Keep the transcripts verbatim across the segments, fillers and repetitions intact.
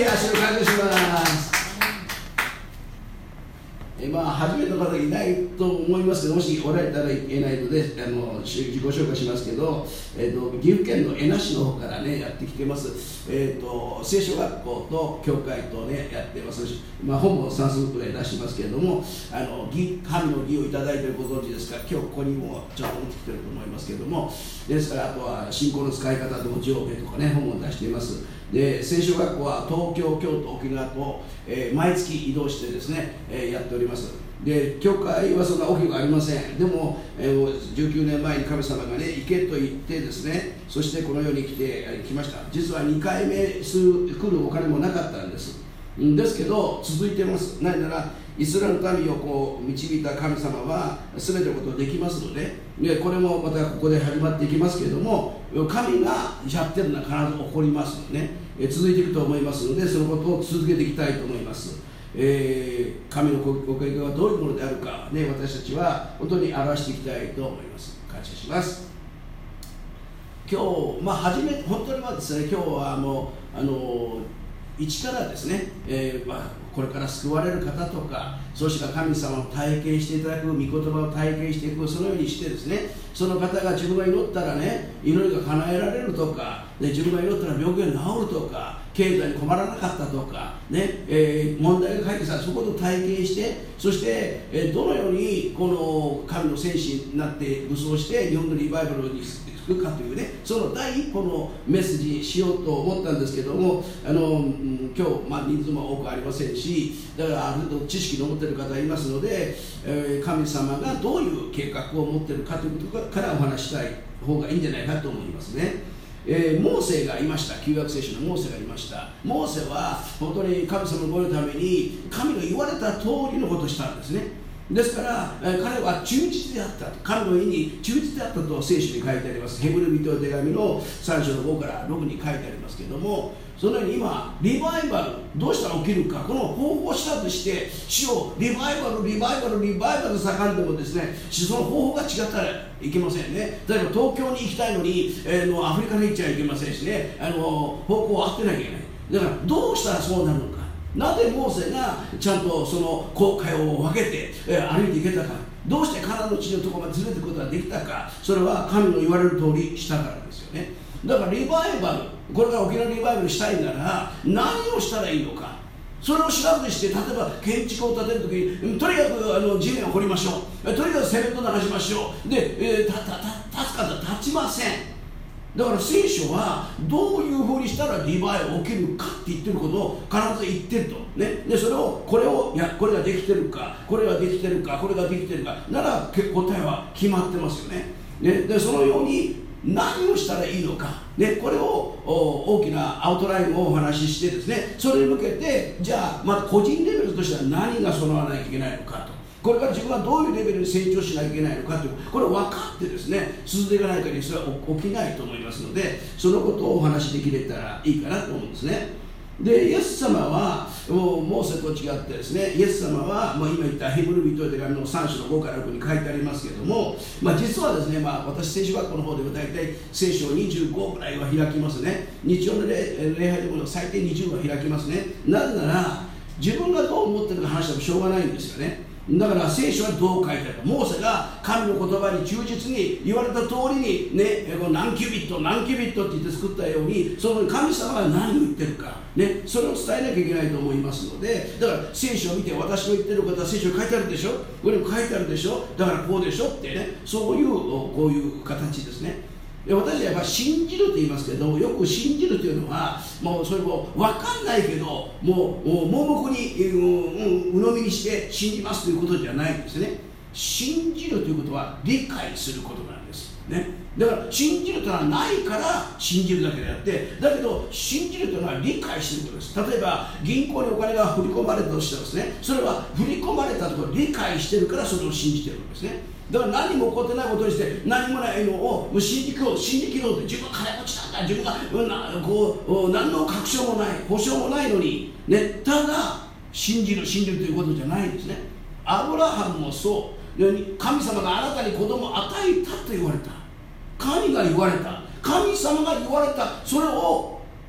足を感謝します。えまあ、初めての方いないと思いますけど、もしおられたらいけないので、あの自己紹介しますけど、えー、と岐阜県の恵那市の方からね、やってきてます、えー、と聖書学校と教会とね、やってますし、まあ、本もさんすうくらい出しますけれども、あの義神の義をいただいているご存知ですから、今日ここにもちょっと持ってきてると思いますけれども、ですから、あとは信仰の使い方と上下とかね、本も出しています。で聖書学校は東京、京都、沖縄と、えー、毎月移動してですね、えー、やっております。で教会はそんな大きくありません。でも、えー、じゅうきゅうねんまえに神様がね、行けと言ってですね、そしてこの世に来て来ました。実はにかいめする来るお金もなかったんです。ですけど続いてます。なぜならイスラエルの民をこう導いた神様は全てのことができますので、でこれもまたここで始まっていきますけれども、神がやってるのは必ず起こりますので、ね、え続いていくと思いますので、そのことを続けていきたいと思います。えー、神のご計画がどういうものであるか、ね、私たちは本当に表していきたいと思います。感謝します。今日、まあ、初め本当にはですね、今日はもうあの一からですね、えーまあ、これから救われる方とか、そうした神様を体験していただく、御言葉を体験していく、そのようにしてですね、その方が自分が祈ったらね、祈りが叶えられるとか、で自分が祈ったら病気が治るとか、経済に困らなかったとか、ねえー、問題が解決された、そこを体験して、そして、えー、どのようにこの神の戦士になって武装して日本のリバイバルにかというね、その第一歩のメッセージにしようと思ったんですけども、あの、うん、今日、まあ、人数も多くありませんし、だからある程度知識の持っている方がいますので、えー、神様がどういう計画を持っているかということからお話したい方がいいんじゃないかと思いますね。えー、モーセがいました。旧約聖書のモーセがいました。モーセは本当に神様のごのために神の言われた通りのことをしたんですね。ですから、えー、彼は忠実であったと、神の意に忠実であったと聖書に書いてあります。ヘブル人の手紙のさん章のごからろくに書いてありますけれども、そのように今リバイバルどうしたら起きるか、この方法を知らずして主をリバイバルリバイバルリバイバル盛んでもですね、その方法が違ったらいけませんね。例えば東京に行きたいのに、えー、のアフリカに行っちゃいけませんしね、あの方向を合ってなきゃいけない。だからどうしたらそうなるのか、なぜモーセがちゃんとその航海を分けて、えー、歩いていけたか、どうしてカナンの地のところまで連れていくことができたか、それは神の言われる通りしたからですよね。だからリバイバル、これから沖縄リバイバルしたいなら何をしたらいいのか、それを調べして、例えば建築を建てるときにとにかくあの地面を掘りましょう、とにかくセメント流しましょうで、えー、たたた立つ方立ちません。だから聖書はどういうふうにしたらリバイバル起きるかって言ってることを必ず言ってると、ね、でそれをこれをやこれができてるか、これができてるか、これができてるかなら答えは決まってますよね。ねでそのように何をしたらいいのか、ね、これを大きなアウトラインをお話ししてですね、それに向けてじゃあまた個人レベルとしては何が備わらなきゃいけないのかと、これから自分はどういうレベルに成長しなきゃいけないのかという、これを分かってですね進んでいかない限りそれは起きないと思いますので、そのことをお話しできれたらいいかなと思うんですね。でイエス様はモーセと違ってですね、イエス様は、まあ、今言ったヘブル人の手紙のさん章のごからろくに書いてありますけれども、まあ、実はですね、まあ、私聖書学校の方では大体聖書にじゅうごぐらいは開きますね。日曜の 礼, 礼拝でも最低にじゅうは開きますね。なぜなら自分がどう思ってるか話してもしょうがないんですよね。だから聖書はどう書いてあるか、モーセが神の言葉に忠実に言われた通りに、ね、何キュビット何キュビットって言って作ったように、その神様が何を言ってるか、ね、それを伝えなきゃいけないと思いますので、だから聖書を見て、私の言ってることは聖書に書いてあるでしょ、ここにも書いてあるでしょ、だからこうでしょってね、そういうこういう形ですね。私はやっぱり信じると言いますけど、よく信じるというのはもうそれも分かんないけどもう盲目に、うん、鵜呑みにして信じますということじゃないんですね。信じるということは理解することなんですね。だから信じるというのはないから信じるだけであって、だけど信じるというのは理解していることです。例えば銀行にお金が振り込まれたとしたらですね、それは振り込まれたところを理解しているからそれを信じているわけですね。だから何も起こってないことにして何もないのを信じきろう信じきろうって、自分は金持ちなんだ、自分が、うん、なこう何の確証もない保証もないのに、ね、ただ信じる信じるということじゃないんですね。アブラハムもそう、神様があなたに子供を与えたと言われた、神が言われた、神様が言われた、それを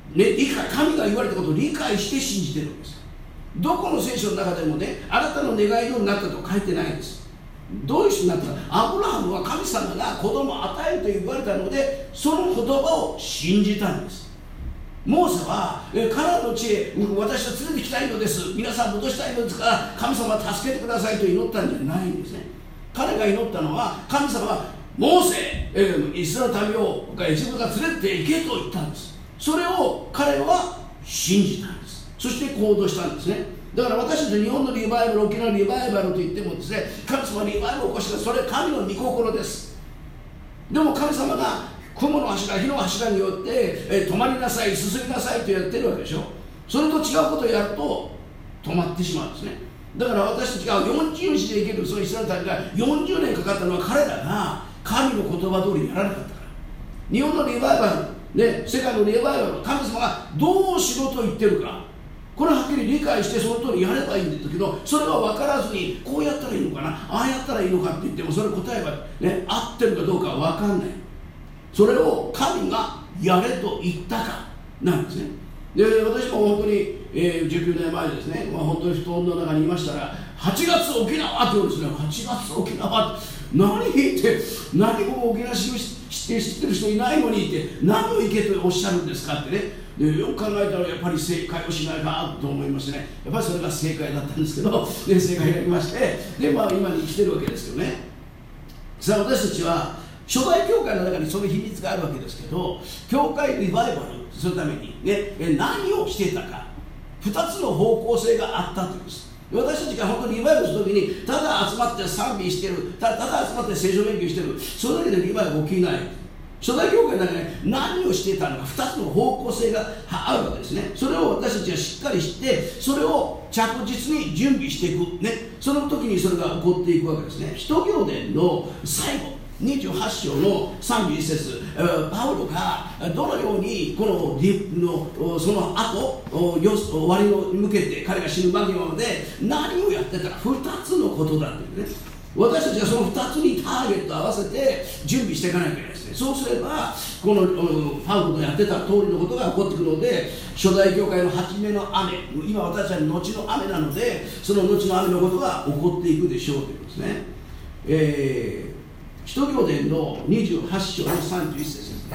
ね、理解、神が言われたことを理解して信じてるわけです。どこの聖書の中でもね、あなたの願い通りになったと書いてないんです。どういう人になったか。アブラハムは神様が子供を与えると言われたので、その言葉を信じたんです。モーセはカナンの地へ私は連れてきたいのです、皆さん戻したいのですから神様は助けてくださいと祈ったんじゃないんですね。彼が祈ったのは、神様はモーセ、えー、イスラエルの民をエジプトが連れて行けと言ったんです。それを彼は信じたんです。そして行動したんですね。だから私たち日本のリバイバル、沖縄のリバイバルといってもですね、神様はリバイバルを起こした、それは神の御心です。でも神様が雲の柱、火の柱によって、えー、止まりなさい、進みなさいとやってるわけでしょ。それと違うことをやると止まってしまうんですね。だから私たちがよんじゅうにちで生きるそのイスラエルたちがよんじゅうねんかかったのは、彼らが神の言葉通りにやらなかったから。日本のリバイバル、ね、世界のリバイバル、神様がどうしろと言ってるか、これはっきり理解してその通りやればいいんだけど、それは分からずにこうやったらいいのかな、ああやったらいいのかって言っても、それ答えは、ね、合ってるかどうかは分かんない。それを神がやれと言ったかなんですね。で、私も本当に、えー、じゅうきゅうねんまえですね、まあ、本当に布団の中にいましたら、はちがつ沖縄って言うんですね。はちがつ沖縄って何って何も沖縄知ってる人いないのにって何を行けとおっしゃるんですかってね。でよく考えたらやっぱり正解をしないかと思いましてね、やっぱりそれが正解だったんですけど、で正解になりまして、で、まあ、今に生きてるわけですけどね。さあ私たちは初代教会の中にその秘密があるわけですけど、教会リバイバルするために、ね、何をしていたか、ふたつの方向性があったというんです。私たちが本当にリバイバルするときに、ただ集まって賛美してる、ただただ集まって聖書勉強してる、それだけでリバイバル起きない。初代教会の中に何をしていたのか、ふたつの方向性があるわけですね。それを私たちはしっかり知って、それを着実に準備していく、ね、その時にそれが起こっていくわけですね。使徒行伝の最後にじゅうはち章のさんじゅういち節、パウロがどのようにこののその後終わりに向けて彼が死ぬ間際まで何をやってたか、ふたつのことだというね。私たちはそのふたつにターゲットを合わせて準備していかなきゃいけないですね。そうすればこのパウロのやってた通りのことが起こってくるので、初代教会の初めの雨、今私たちの後の雨なので、その後の雨のことが起こっていくでしょうということですね。えー使徒行伝のにじゅうはち章のさんじゅういち節ですね。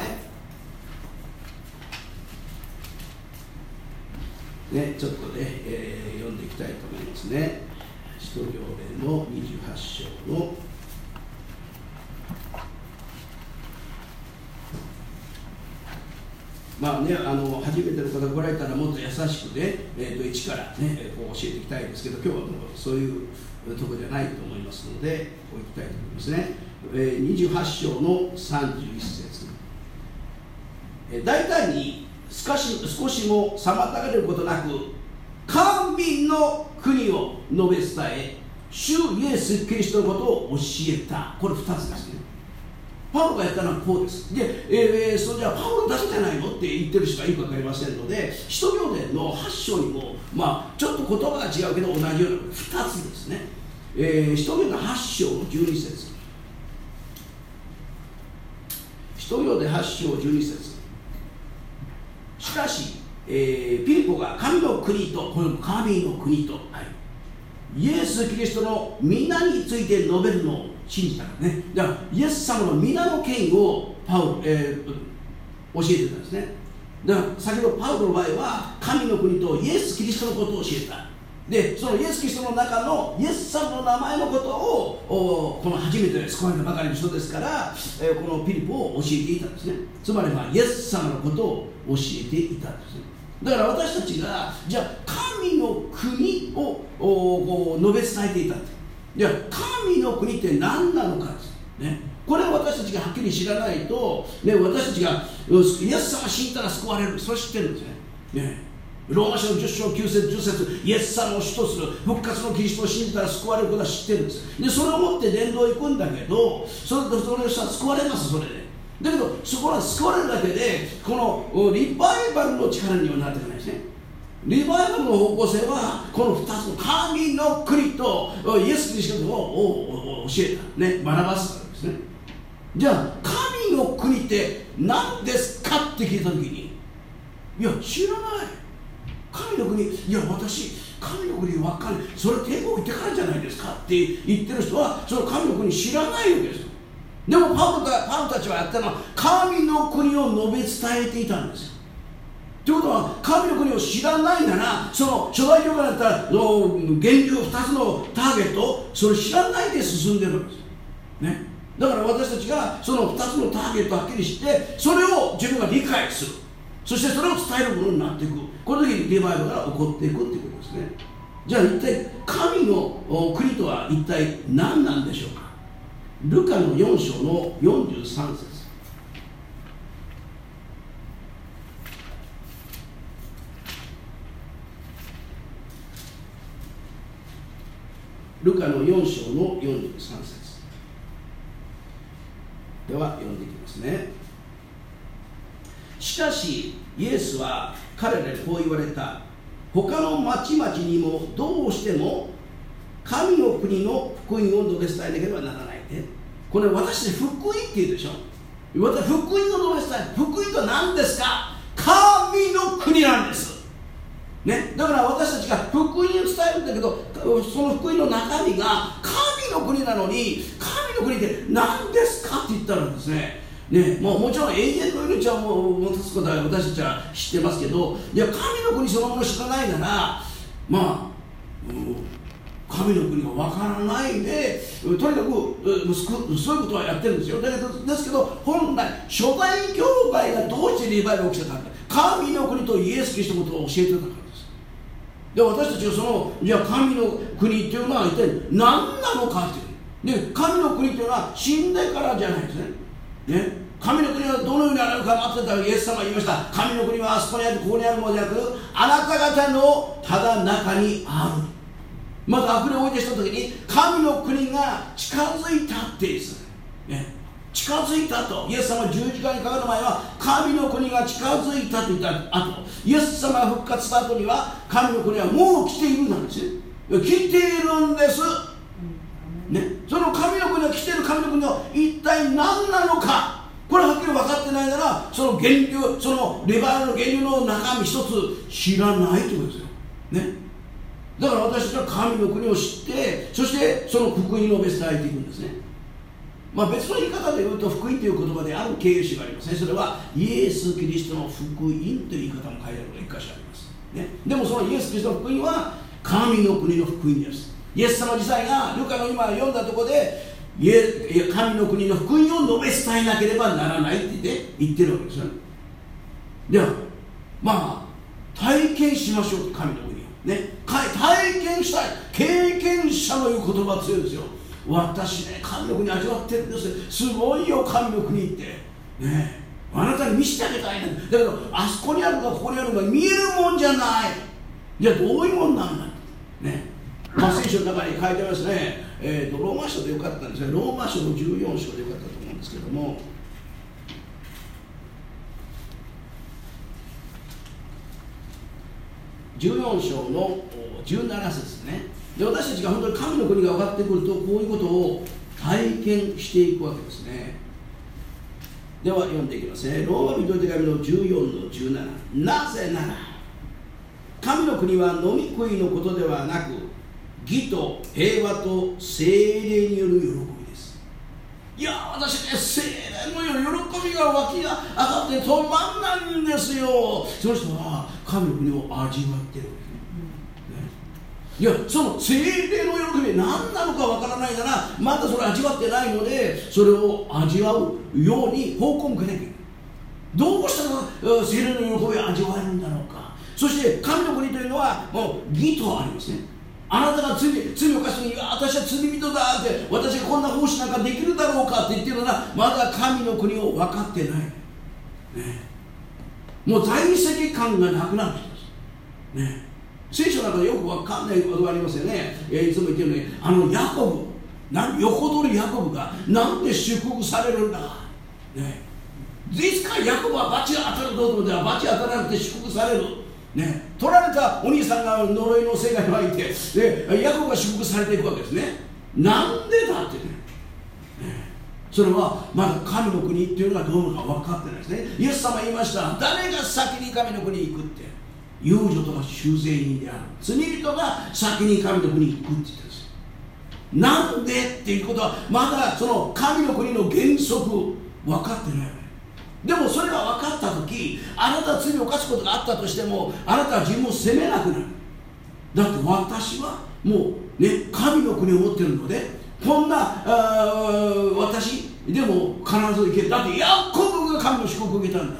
ね、ちょっとね、えー、読んでいきたいと思いますね。使徒行伝のにじゅうはち章のまあね、あの初めての方が来られたらもっと優しくね、えー、と一からね、こう教えていきたいんですけど、今日はもうそういうところじゃないと思いますので、こういきたいと思いますね。えー、にじゅうはち章のさんじゅういち節、えー、大胆に少し、少しも妨げることなく神の国を述べ伝え、主イエス・キリストのことを教えた。これふたつですね。パウロがやったのはこうです。で、えー、それじゃあパウロだけじゃないのって言ってる人がよく分かりませんので、使徒行伝のはち章にも、まあ、ちょっと言葉が違うけど同じようなふたつですね。えー、使徒行伝のはち章のじゅうに節、使徒行伝はち章じゅうに節、しかし、えー、ピリポが神の国と、この神の国と、はい、イエス・キリストの皆について述べるのを信じたからね。だからイエス様の皆の権威をパウロ、えー、教えてたんですね。だから先ほどパウロの場合は神の国とイエス・キリストのことを教えた。で、そのイエス・キリストの中のイエス様の名前のことをこの初めて救われたばかりの人ですから、えー、このピリポを教えていたんですね。つまり、まあ、イエス様のことを教えていたんですね。だから私たちがじゃあ神の国をこう述べ伝えていたって、じゃあ神の国って何なのかです、ね、これを私たちがはっきり知らないと、ね、私たちがイエス様を信じたら救われる、それ知ってるんですね。ね、ローマ書のじゅっ章きゅう節じゅっ節、イエス様を主とする復活のキリストを信じたら救われることは知ってるんです。でそれを持って伝道行くんだけど、それとそれをしたら救われます。それでだけどそこは救われるだけでこのリバイバルの力にはなっていかないですね。リバイバルの方向性はこのふたつの神の国とイエス・キリストを教えた、ね、学ばせたんですね。じゃあ神の国って何ですかって聞いたときに、 いや知らない。神の国、いや私神の国分かんない、それ天国行ってからじゃないですかって言ってる人はその神の国知らないわけですよ。でもパウロた、パウロたちはやったのは神の国を述べ伝えていたんですよ。ということは神の国を知らないなら、その初代教会だったら源流ふたつのターゲット、それ知らないで進んでるんですよ、ね、だから私たちがそのふたつのターゲットをはっきりしてそれを自分が理解する、そしてそれを伝えるものになっていく、この時にリバイバルが起こっていくということですね。じゃあ一体神の国とは一体何なんでしょうか。ルカのよん章のよんじゅうさん節、ルカのよん章のよんじゅうさん節では読んでいきますね。しかしイエスは彼らにこう言われた。他の町々にもどうしても神の国の福音を述べ伝えなければならないで、これ私で福音って言うでしょ。私福音を述べ伝え、福音とは何ですか。神の国なんです、ね、だから私たちが福音を伝えるんだけど、その福音の中身が神の国なのに、神の国って何ですかって言ったらですね、ね、もうもちろん永遠の命はもう持たすことは私たちは知ってますけど、いや神の国そのもの知らないなら、まあ、うん、神の国がわからないで、とにかくそういうことはやってるんですよ。だけどですけど、本来初代教会がどうしてリバイバルが起きたか、神の国とイエス・キリストのことを教えてたからです。で私たちはそのじゃあ神の国っていうのは一体何なのかっていう、で神の国っていうのは死んでからじゃないですね。ね、神の国はどのようにあるか待ってたらイエス様が言いました。神の国はあそこにあるここにあるものでなく、あなた方のただ中にある。また悪霊を置いてした時に神の国が近づいたって言うんです、ね、近づいたと。イエス様が十字架にかかる前は神の国が近づいたと言った後、イエス様が復活した後には神の国はもう来ているなんですね。来ているんです、ね、その神の国は来ている神の国は一体何なのか、これはっきり分かってないなら、その源流、そのリバイバルの源流の中身一つ知らないということですよ、ね、だから私たちは神の国を知って、そしてその福音を述べ伝えていくんですね。まあ、別の言い方で言うと福音という言葉である形容詞がありますね。それはイエス・キリストの福音という言い方も書いてあるのが一箇所あります、ね、でもそのイエス・キリストの福音は神の国の福音です。イエス様自体がルカの今読んだところでイエ神の国の福音を述べ伝えなければならないって言って言ってるわけですよね。ではまあ体験しましょう、神の国をね、体験したい経験者の言う言葉強いですよ。私ね神の国味わってるんです、すごいよ神の国ってね、あなたに見せてあげたいね。だけどあそこにあるかここにあるか見えるもんじゃない。じゃあどういうもんなんだね。まあ、聖書の中に書いてありますね、えー、とローマ書でよかったんですね。ローマ書のじゅうよん章でよかったと思うんですけども、じゅうよん章のじゅうなな節ですね。で私たちが本当に神の国が分かってくると、こういうことを体験していくわけですね。では読んでいきますね。ローマ人の手紙のじゅうよんのじゅうなな。なぜなら神の国は飲み食いのことではなく、義と平和と聖霊による喜びです。いや私ね、聖霊のよる喜びが湧き上がって止まんないんですよ。その人は神の国を味わってるわけです、ね、いやその聖霊の喜び何なのかわからないなら、まだそれ味わってないので、それを味わうように方向を向けなきゃいけない。どうしたら聖霊の喜びを味わえるんだろうか。そして神の国というのはもう義とありますね。あなたが罪、罪を犯す時に私は罪人だって、私がこんな奉仕なんかできるだろうかって言ってるなら、まだ神の国を分かってない、ね、もう在籍感がなくなる人です、ね、聖書の中でよく分かんないことがありますよね。いつも言ってるように、あのヤコブなん横取りヤコブがなんで祝福されるんだ、ね、いつかヤコブは罰が当たると思っては罰当たらなくて祝福される、ね、取られたお兄さんが呪いの世界に入って、でヤコブが祝福されていくわけですね。なんでだってね、ねそれはまだ神の国っていうのがどうなのか分かってないですね。イエス様言いました。誰が先に神の国に行くって、遊女とか修正人である罪人が先に神の国に行くって言ってるんです。なんでっていうことはまだその神の国の原則分かってないよね。でもそれが分かった時、あなたは罪を犯すことがあったとしてもあなたは自分を責めなくなる。だって私はもうね神の国を持っているので、こんな私でも必ず行ける。だってヤコブが神の祝福を受けたんだ。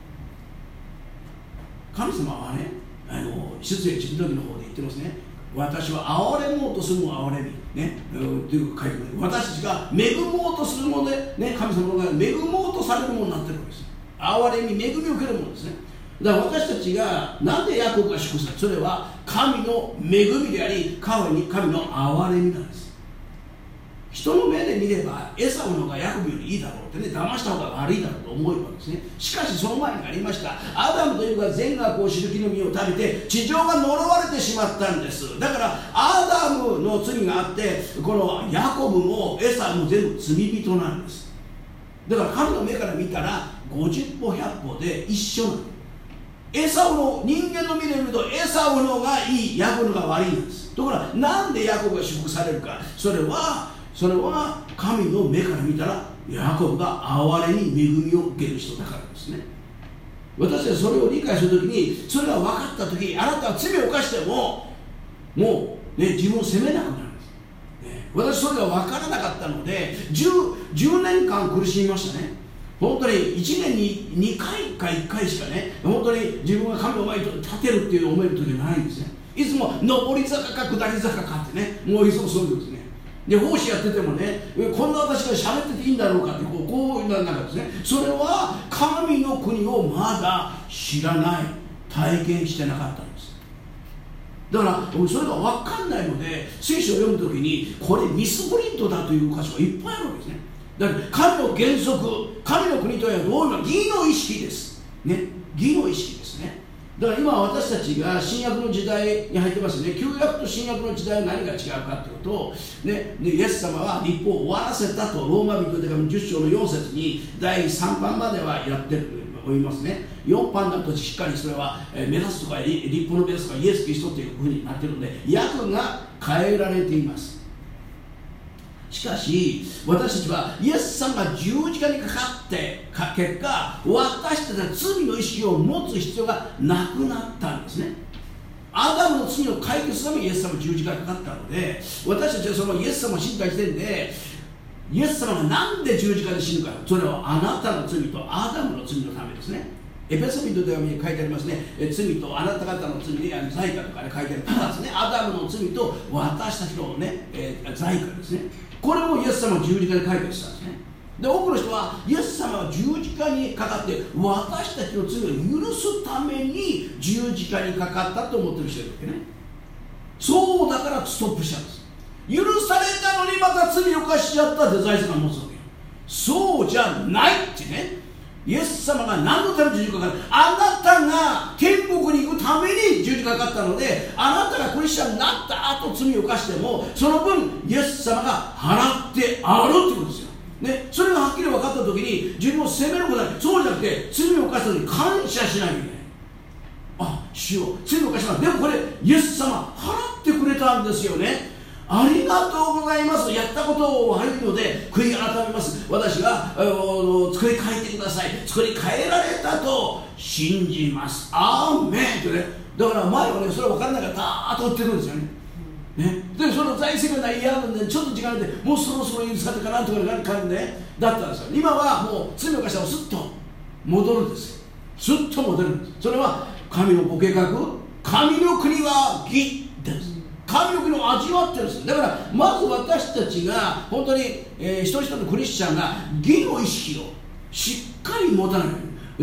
神様はね、あの出エジプト記の方で言ってますね。私は憐れもうとするも憐れみね、というか書いてくる。私たちが恵もうとするもので、ね、神様が恵もうとされるものになっているわけです。憐れみ、恵みを受けるものですね。だから私たちがなんでヤコブが祝福される、それは神の恵みであり、神に神の憐れみなんです。人の目で見ればエサウの方がヤコブよりいいだろうってね、騙した方が悪いだろうと思うわけですね。しかしその前にありました、アダムというか善悪を知る木の実を食べて地上が呪われてしまったんです。だからアダムの罪があって、このヤコブもエサウも全部罪人なんです。だから神の目から見たらごじゅっぽひゃっぽで一緒なの。エサウの人間の目で見るとエサウのがいい、ヤコブのが悪いんです。ところがなんでヤコブが祝福されるか、それはそれは神の目から見たらヤコブが憐れに恵みを受ける人だからですね。私はそれを理解するときに、それが分かったとき、あなたは罪を犯してももう、ね、自分を責めなくなるんです、ね、私それが分からなかったので 10, 10年間苦しみましたね。本当にいちねんににかいかいっかいしかね、本当に自分が神の前に立てるっていう思える時はないんですね。いつも上り坂か下り坂かってね、もういつもそういうですね。で奉仕やっててもね、こんな私が喋ってていいんだろうかってこうこういうなんかですね、それは神の国をまだ知らない、体験してなかったんです。だからそれが分かんないので、聖書を読むときにこれミスプリントだという箇所がいっぱいあるわけですね。だから神の原則、神の国とはどういうの、義の意識ですね、義の意識ですね。だから今私たちが新約の時代に入ってますね。旧約と新約の時代は何が違うかというと、ね、イエス様は立法を終わらせたとローマ人でじゅっ章のよん節にだいさんばんまではやってるおりますね。よんばんだとしっかりそれは、えー、目指すとか立法の目指すとかイエス・キリストというふうになっているので訳が変えられています。しかし私たちはイエス様が十字架にかかってか結果、私たちは罪の意識を持つ必要がなくなったんですね。アダムの罪を解決するためにイエス様が十字架にかかったので、私たちはそのイエス様を信じた時点でイエス様がなんで十字架で死ぬか、それはあなたの罪とアダムの罪のためですね。エペソビトの手紙に書いてありますね。え罪とあなた方の罪に罪過とかね書いてある。ただですね、アダムの罪と私たちのね、えー、罪過ですね。これもイエス様は十字架で解決したんですね。で多くの人はイエス様は十字架にかかって私たちの罪を許すために十字架にかかったと思ってる人いるわけね。そうだからストップしちゃうんです。許されたのにまた罪を犯しちゃったデザインが持つわけよ。そうじゃないってね。イエス様が何のために十字架かかった、あなたが天国に行くために十字架かかったので、あなたがクリスチャンになった後罪を犯してもその分イエス様が払ってあるってことですよ、ね、それがはっきり分かった時に自分を責めることはない。そうじゃなくて罪を犯した時に感謝しないといけない。あ、主よ罪を犯したでもこれイエス様払ってくれたんですよね。ありがとうございます。やったことを悪いので悔い改めます。私が作り変えてください。作り変えられたと信じます。アーメンってね。だから前はねそれ分からなかったーっと言ってるんですよね。ねでその財政がない嫌なんでちょっと時間でもうそろそろ許されたかなとかいう感じでだったんですよ。今はもう罪を犯したらすっと戻るんですよ。すっと戻るんです。それは神のご計画、神の国は義です。神の国を味わってるんです。だからまず私たちが本当に、えー、一人一人のクリスチャンが義の意識をしっかり持たない。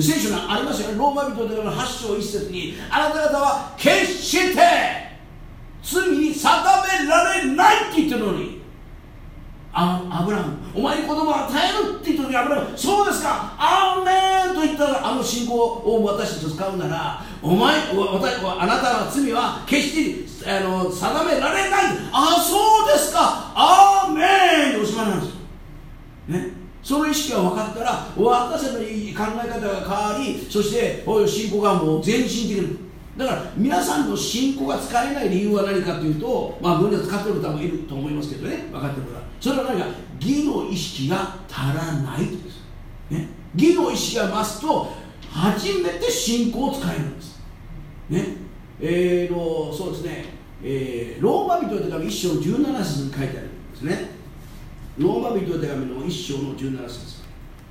聖書がありますよね。ローマ人でのはち章いち節にあなた方は決して罪に定められないって言ってるのに、あアブラハムお前に子供を与えるって言った時にアブラハムそうですかアーメンと言ったら、あの信仰を私たちと使うならお前私あなたの罪は決してあの定められない。あそうですかアーメンでおしまいなんですよ、ね、 その意識が分かったら私たちの考え方が変わり、そして信仰がもう前進的に。だから皆さんの信仰が使えない理由は何かというと、まあみんな使ってる方もいると思いますけどね、分かってるから、それは何か義の意識が足らないとです、ね、義の意識が増すと初めて信仰を使えるんですね。えーのそうですね、えー、ローマ人の手紙いっ章のじゅうなな節に書いてあるんですね。ローマ人の手紙のいっ章のじゅうなな節。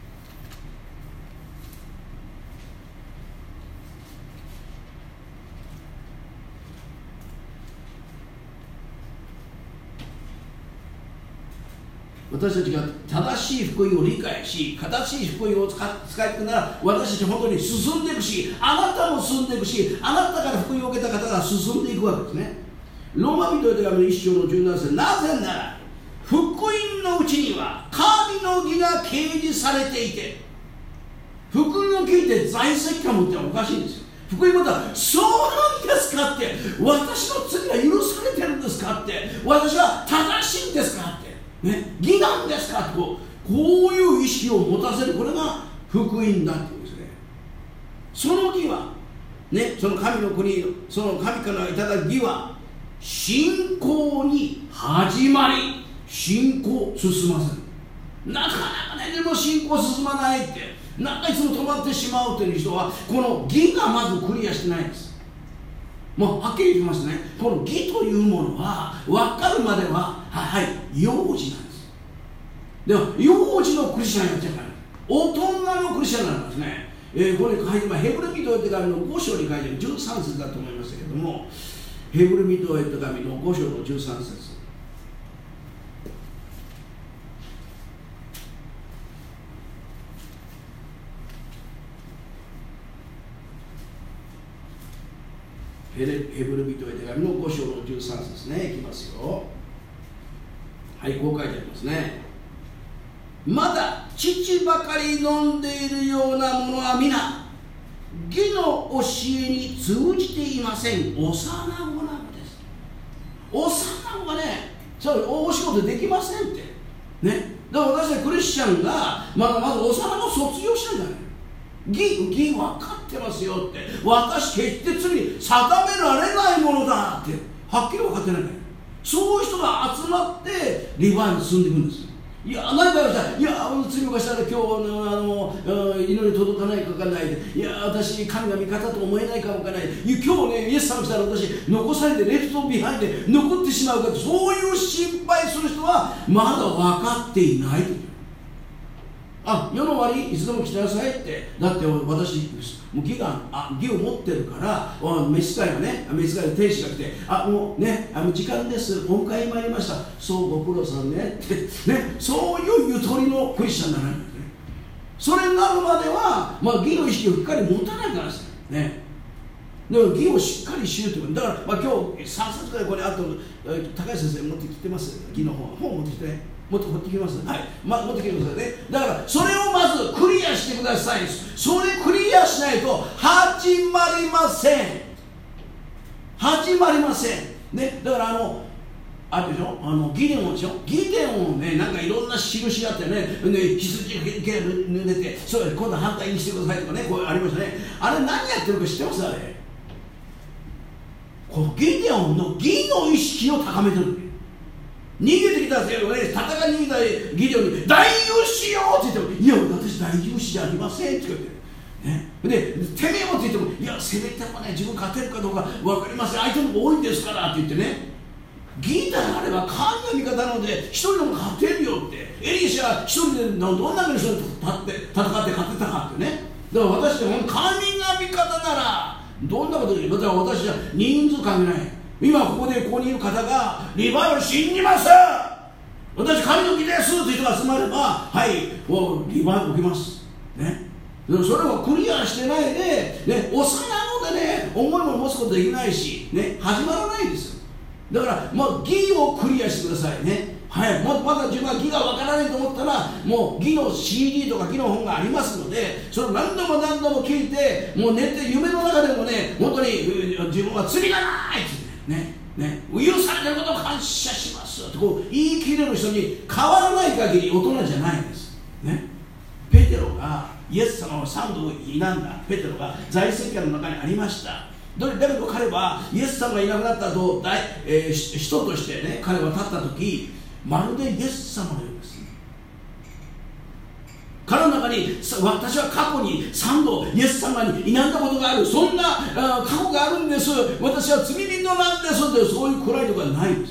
私たちが正しい福音を理解し、正しい福音を使っていくなら、私たち本当に進んでいくし、あなたも進んでいくし、あなたから福音を受けた方が進んでいくわけですね。ローマ人の手紙のいっ章のじゅうなな節、なぜなら福音のうちには神の義が掲示されていて、福音を聞いて在籍感を持ってはおかしいんですよ。福音を持ったら、そうなんですかって、私の罪が許されてるんですかって、私は正しいんですかって、ね、義なんですかって、こう、こういう意識を持たせる、これが福音だってことですね。その義は、ね、その神の国、その神からいただく義は信仰に始まり、信仰を進ませる。なかなかね、でも信仰進まないって、なんかいつも止まってしまうという人は、この義がまずクリアしてないんです。もうはっきり言いますね、この義というものは分かるまでは、はい、はい、幼児なんです。でも幼児のクリスチャンになっちゃうから、大人のクリスチャンになるんですね。えー、これ書いて、まあ、ヘブル人へ手紙のご章に書いてあるじゅうさん節だと思いますけれども、ヘブル人へ手紙のご章のじゅうさん節。ヘブル人へ手紙のご章のじゅうさん節ね、いきますよ。はい、こう書いてありますね。まだ乳ばかり飲んでいるようなものは皆義の教えに通じていません。幼子なのです。幼子がね、そうお仕事できませんってね。だから私はクリスチャンがまだまず幼子卒業してるんだね。義、義分かってますよって、私決して罪に定められないものだってはっきり分かってないから、そういう人が集まってリバイバル進んでいくんですよ。いや、何か言われたら、いや、罪を犯したら今日のあの祈り届かないか分からないで、いや、私、神が味方と思えないかも分からない、今日ね、イエス様来たら私、残されてレフトビハインで残ってしまうか、そういう心配する人はまだ分かっていない。あ、世の終わりいつでも来てなさいって、だって私もう義があ義を持ってるから、召使いがね、召使いの天使が来て、あ、もうね、あの時間です、お迎えに参りました、そうご苦労さんねってね、そういうゆとりのクリスチャンにならないんですね。それになるまでは、まあ、義の意識をしっかり持たないからですよね。でも義をしっかりしようということだから、まあ、今日さんさつくらいこれあと高橋先生持ってきてます、義の本本持ってきてもっと持ってきます。はい、ま、持ってきてくださいね。だからそれをまずクリアしてください。それクリアしないと始まりません。始まりません。ね、だからあのあるでしょ、あのギデオンでしょ、ギデオンをね、なんかいろんな印あってね、ね、羊毛濡れて、そう、今度反対にしてくださいとかね、こうありましたね。あれ何やってるか知ってます？あれ。このギデオンの義の意識を高めてる。逃げてきたせいをね、戦いに逃げたギデオンに大勇士よって言っても、いや、私大勇士じゃありませんって言って、ね、で、てめえもって言っても、いや、せめてもね、自分勝てるかどうか分かりません、相手の方が多いんですからって言ってね、義であれば神の味方なので、一人でも勝てるよって、エリシャは一人でどんなに人と立って戦って勝てたかってね、だから私でも神が味方なら、どんなことできる？だから私は人数関係ない。今ここでここにいる方がリバイバル信じます、私神の義ですという人が集まれば、はいもうリバイバル起きますね。それをクリアしてないで、ね、幼子でね重いものを持つことできないし、ね、始まらないんですよ。だからもう義をクリアしてくださいね。はい、まだ自分は義がわからないと思ったら、もう義の シーディー とか義の本がありますので、それを何度も何度も聞いて、もう寝て夢の中でもね、本当に自分は罪がないってね、ね、許されてることを感謝しますってこう言い切れる人に変わらない限り大人じゃないんです。 ね、ペテロがイエス様を三度否んだペテロが財政権の中にありました。だけど彼はイエス様がいなくなった後、えー、人としてね彼は立った時、まるでイエス様のようです。彼の中に私は過去にさんどイエス様に否んだことがある、そんな過去があるんです、私は罪人なんですという、そういう暗いところがないんです。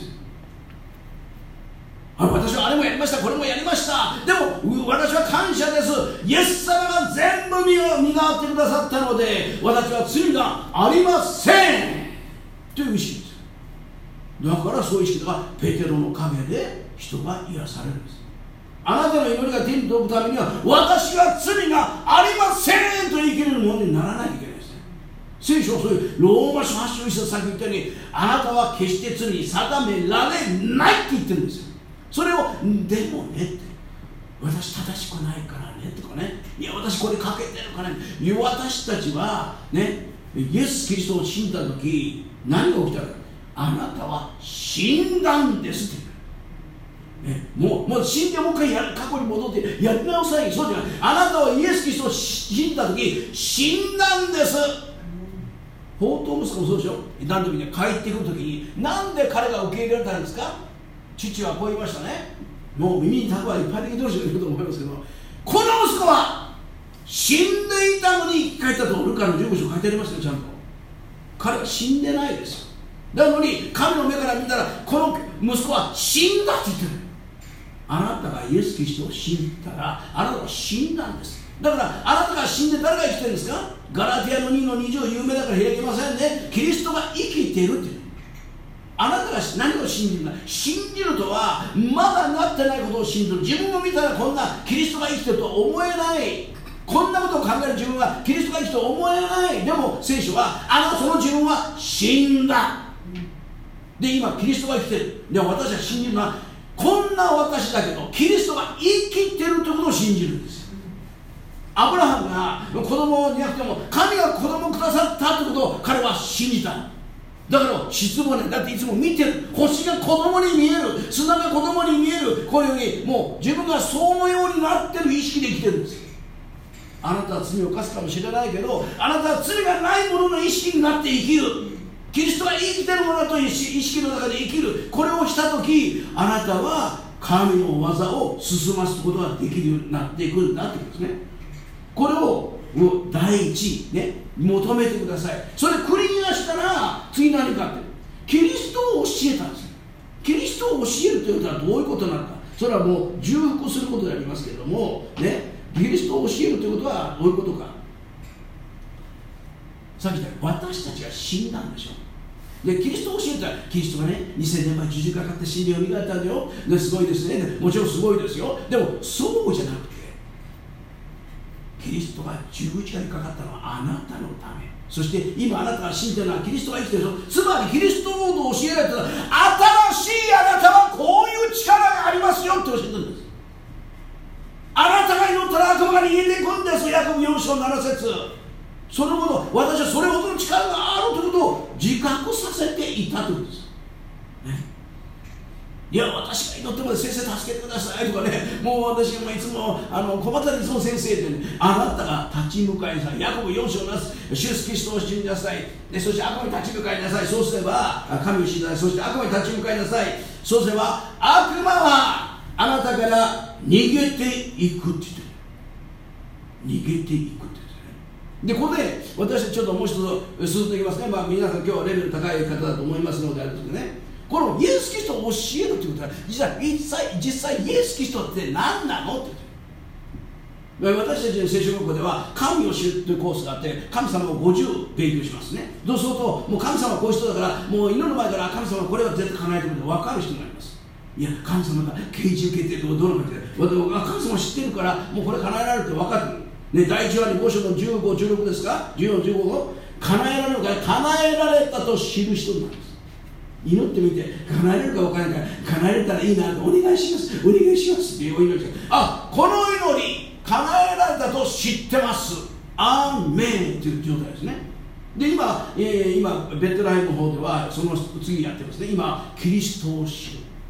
私はあれもやりました、これもやりました、でも私は感謝です、イエス様が全部身を担ってくださったので私は罪がありませんという意識です。だからそういう意識がペテロの陰で人が癒されるんです。あなたの祈りが手に届くためには私は罪がありませんと言い切れるものにならないといけないですね。聖書はそういうローマ書はち章いっ節さっき言ったように、あなたは決して罪に定められないって言ってるんですよ。それをでもねって、私正しくないからねとかね、いや私これ欠けてるからね、私たちはねイエス・キリストを信じた時何が起きたか、あなたは死んだんですってね、もう、もう死んでもう一回や過去に戻ってやり直さない。そうじゃない。あなたはイエス・キリストを信じた時死んだんです。法と息子もそうでしょ。何時に帰ってくる時になんで彼が受け入れられたんですか。父はこう言いましたね。もう耳にたくはいっぱい的同士がいると思いますけど、この息子は死んでいたのに生き返ったとルカのじゅうご章書いてありますよ。ちゃんと彼は死んでないですよ。なのに神の目から見たらこの息子は死んだって言ってる。あなたがイエス・キリストを信じたらあなたは死んだんです。だからあなたが死んで誰が生きてるんですか。ガラティアのにのにじょう有名だから開けませんね。キリストが生きているっていう。あなたが何を信じるか。信じるとはまだなってないことを信じる。自分を見たらこんなキリストが生きてると思えない。こんなことを考える自分はキリストが生きてると思えない。でも聖書はあのその自分は死んだ。で今キリストが生きてる。で私は信じるのはこんな私だけどキリストが生きてるということを信じるんですよ。アブラハムが子供になくても神が子供をくださったということを彼は信じた。だから失望ね、だっていつも見てる。星が子供に見える、砂が子供に見える。こういうようにもう自分がそのようになってる意識で生きてるんです。あなたは罪を犯すかもしれないけど、あなたは罪がないものの意識になって生きる。キリストが生きてるものだという意識の中で生きる。これをしたときあなたは神の技を進ますことができるようになっていくんだということですね。これを第一ね求めてください。それクリアしたら次何かってキリストを教えたんですよ。キリストを教えるということはどういうことなのか。それはもう重複することでありますけれどもね、キリストを教えるということはどういうことか。さっき言った私たちが死んだんでしょ。でキリストを教えたらキリストがねにせんねんまえ十字架かかって死んでよみがえったんだよ。ですごいですね。もちろんすごいですよ。でもそうじゃなくてキリストが十字架にかかったのはあなたのため。そして今あなたが信じているのはキリストが生きている。つまりキリストを教えられたら新しいあなたはこういう力がありますよって教えてるんです。あなたが祈ったら悪魔が逃げていくんです。ヤコブよん章なな節。そのこと、私はそれほどの力があるということを自覚させていたということです、ね、いや私が祈っても先生助けてくださいとかね、もう私がいつもあの困ったらいつも先生で、ね、あなたが立ち向かいなさい。ヤコブよん章なす主イエスキリストを信じなさい。でそして悪魔に立ち向かいなさい。そうすれば神を信じなさい。そして悪魔に立ち向かいなさい。そうすれば悪魔はあなたから逃げていくって言ってる。逃げていくってでここで私たちちょっともう一つ進んでいきますね。まあ、皆さん今日はレベル高い方だと思いますのであるんですけどね、このイエス・キリストを教えるということは実際実際実際イエス・キリストって何なのって言って、私たちの聖書学校では神を知るというコースがあって神様をごじゅう勉強しますね。そうするともう神様はこういう人だからもう祈る前から神様はこれは絶対叶えてくれると分かる人がいます。いや神様が啓示受けてるとどうなのかって神様知ってるからもうこれ叶えられるって分かってるね、第一話にご章のじゅうご、じゅうろくですか、じゅうよん、じゅうご、叶えられるか叶えられたと知る人なんです。祈ってみて叶えれるか分からないから叶えれたらいいなとお願いしますお願いしますっていうお祈りです。あ、この祈り叶えられたと知ってます。アーメンという状態ですね。で今、えー、今ベッドラインの方ではその次やってますね。今キリストを知る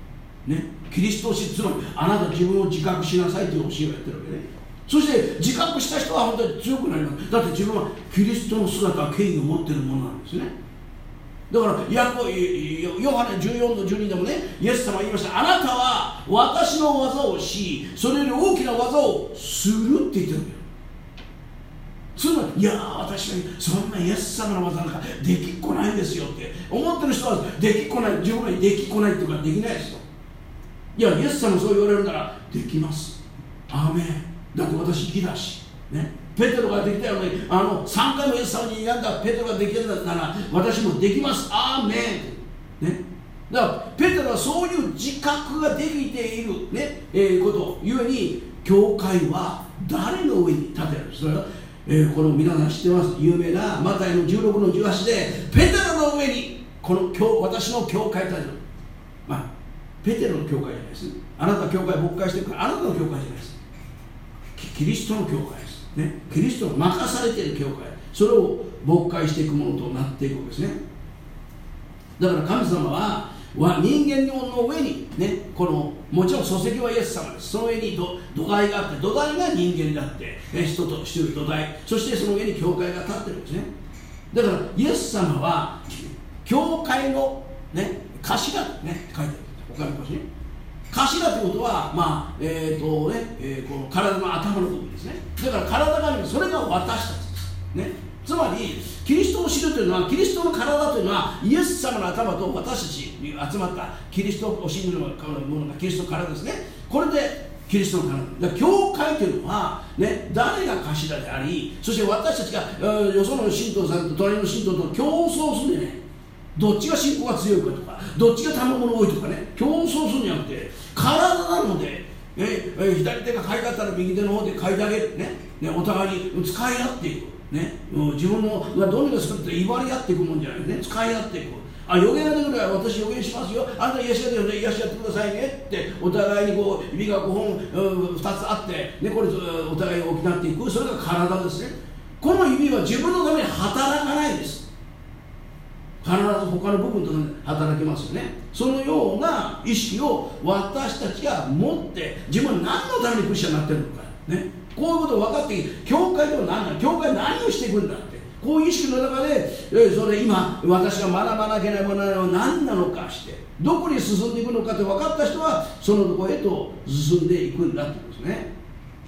ね、キリストを知って、つまりあなた自分を自覚しなさいという教えをやってるわけね。そして自覚した人は本当に強くなります。だって自分はキリストの姿、権威を持っているものなんですね。だからヤコヨハネじゅうよんのじゅうにでもね、イエス様は言いました。あなたは私の技をし、それより大きな技をするって言ってるんだよ。つまり、いや私はそんなイエス様の技なんかできっこないんですよって思ってる人は、できっこない、自分ができっこないっていうかできないですよ。いやイエス様そう言われるならできます。アーメン。だって私義だしね。ペテロができたように、あのさんかいもイエス様に選んだペテロができるなら私もできます。アーメン、ね、だからペテロはそういう自覚ができている、ねえー、ことゆえに、教会は誰の上に立てるんです。それは、えー、この皆さん知ってます有名なマタイのじゅうろくのじゅうはちで、ペテロの上にこの教私の教会立てる。まあペテロの教会じゃないです。あなたは教会を勃開していくから、あなたの教会じゃないです。キリストの教会です、ね、キリストの任されている教会、それを勃開していくものとなっていくわけですね。だから神様は人間の上に、ね、このもちろん礎石はイエス様です。その上に 土, 土台があって、土台が人間であって、人としている土台、そしてその上に教会が立っているんですね。だからイエス様は教会の、ね、頭ってね書いてある。わかりますね。頭ということは、まあえーとねえー、この体の頭の部分ですね。だから体があります。それが私たちです、ね、つまりキリストを知るというのは、キリストの体というのはイエス様の頭と私たちに集まったキリストを信じるものがキリストの体ですね。これでキリストの体だから、教会というのは、ね、誰が頭であり、そして私たちが、えー、よその信徒さんと隣の信徒と競争するんでね、どっちが信仰が強いかとか、どっちが賜物多いとかね、競争するんじゃなくて、体なので、ね、左手が買いかったら右手の方で買いてあげる、ねね、お互いに使い合っていく、ね、自分のがどれが好きかって言われ合っていくもんじゃないね、使い合っていく。あ、予言が出てくるから私予言しますよ、あんた癒しが出るので癒しやってくださいねって、お互いにこう指がごほんふたつあって、ね、これお互いに大きくなっていく、それが体ですね。この指は自分のために働かないです。必ず他の部分と働きますよね。そのような意識を私たちが持って、自分は何のためにクリスチャンになってるのか、ね、こういうことを分かっている。教会では何だ、教会何をしていくんだって、こういう意識の中で、えそれ今私が学ばなきゃいけないものは何なのかして、どこに進んでいくのかって分かった人はそのところへと進んでいくんだということですね。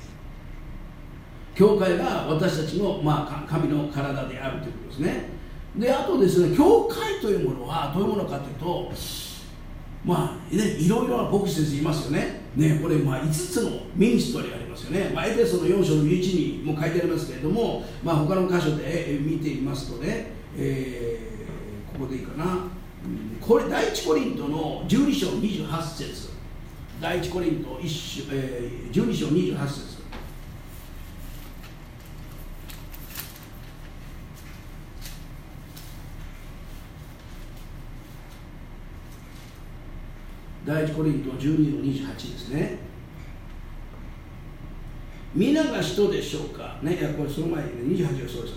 教会が私たちの、まあ、神の体であるということですね。で、あとですね、教会というものはどういうものかというと、まあね、いろいろな牧師先生いますよね。ね、これまあいつつのミニストリーがありますよね。まあ、エペソのよん章のじゅういちにも書いてありますけれども、まあ、他の箇所で見ていますとね、えー、ここでいいかな、これ第一コリントのじゅうに章にじゅうはち節、第一コリントいち章、えー、じゅうに章にじゅうはち節、第一コリントじゅうにのにじゅうはちですね。皆が人でしょうか、ね、いやこれその前に、ね、にじゅうはちがそうです、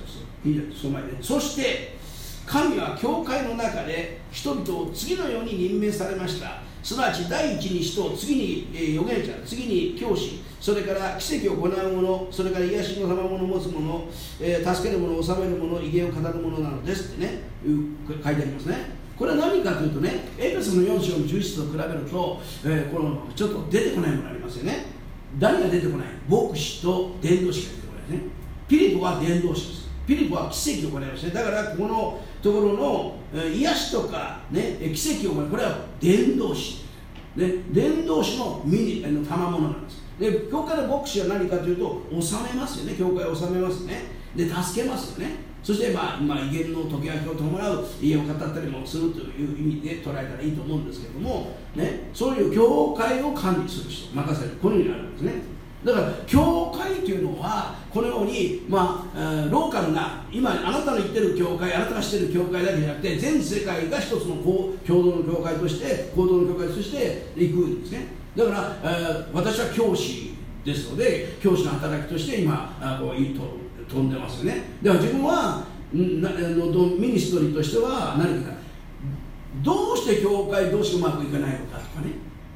その前に、ね、そして神は教会の中で人々を次のように任命されました。すなわち第一に人、次に、えー、預言者、次に教師、それから奇跡を行う者、それから癒しの賜物を持つ者、えー、助ける者、治める者、威厳を語る者なのですってね、書いてありますね。これは何かというとね、エペソのよん章のじゅういちと比べると、えー、このちょっと出てこないものありますよね。誰が出てこない？牧師と伝道師が出てこないですね。ピリポは伝道師です。ピリポは奇跡を行いますね。だからここのところの、えー、癒しとか、ね、奇跡を行い、これは伝道師、ね、伝道師のミニの賜物なんです。で、教会の牧師は何かというと、治めますよね。教会を治めますね。で、助けますよね。そして、まあ、まあ、威厳の解き明けを伴う家を語ったりもするという意味で捉えたらいいと思うんですけれども、ね、そういう教会を管理する人、任せる、このようになるんですね。だから、教会というのは、このように、まあ、えー、ローカルな、今、あなたの言ってる教会、あなたが知ってる教会だけじゃなくて、全世界が一つの共同の教会として、行動の教会としていくんですね。だから、えー、私は教師ですので、教師の働きとして今、あこういいと。飛んでますよね。では自分はのミニストリーとしては何か、どうして教会どうしてうまくいかないのかとかね、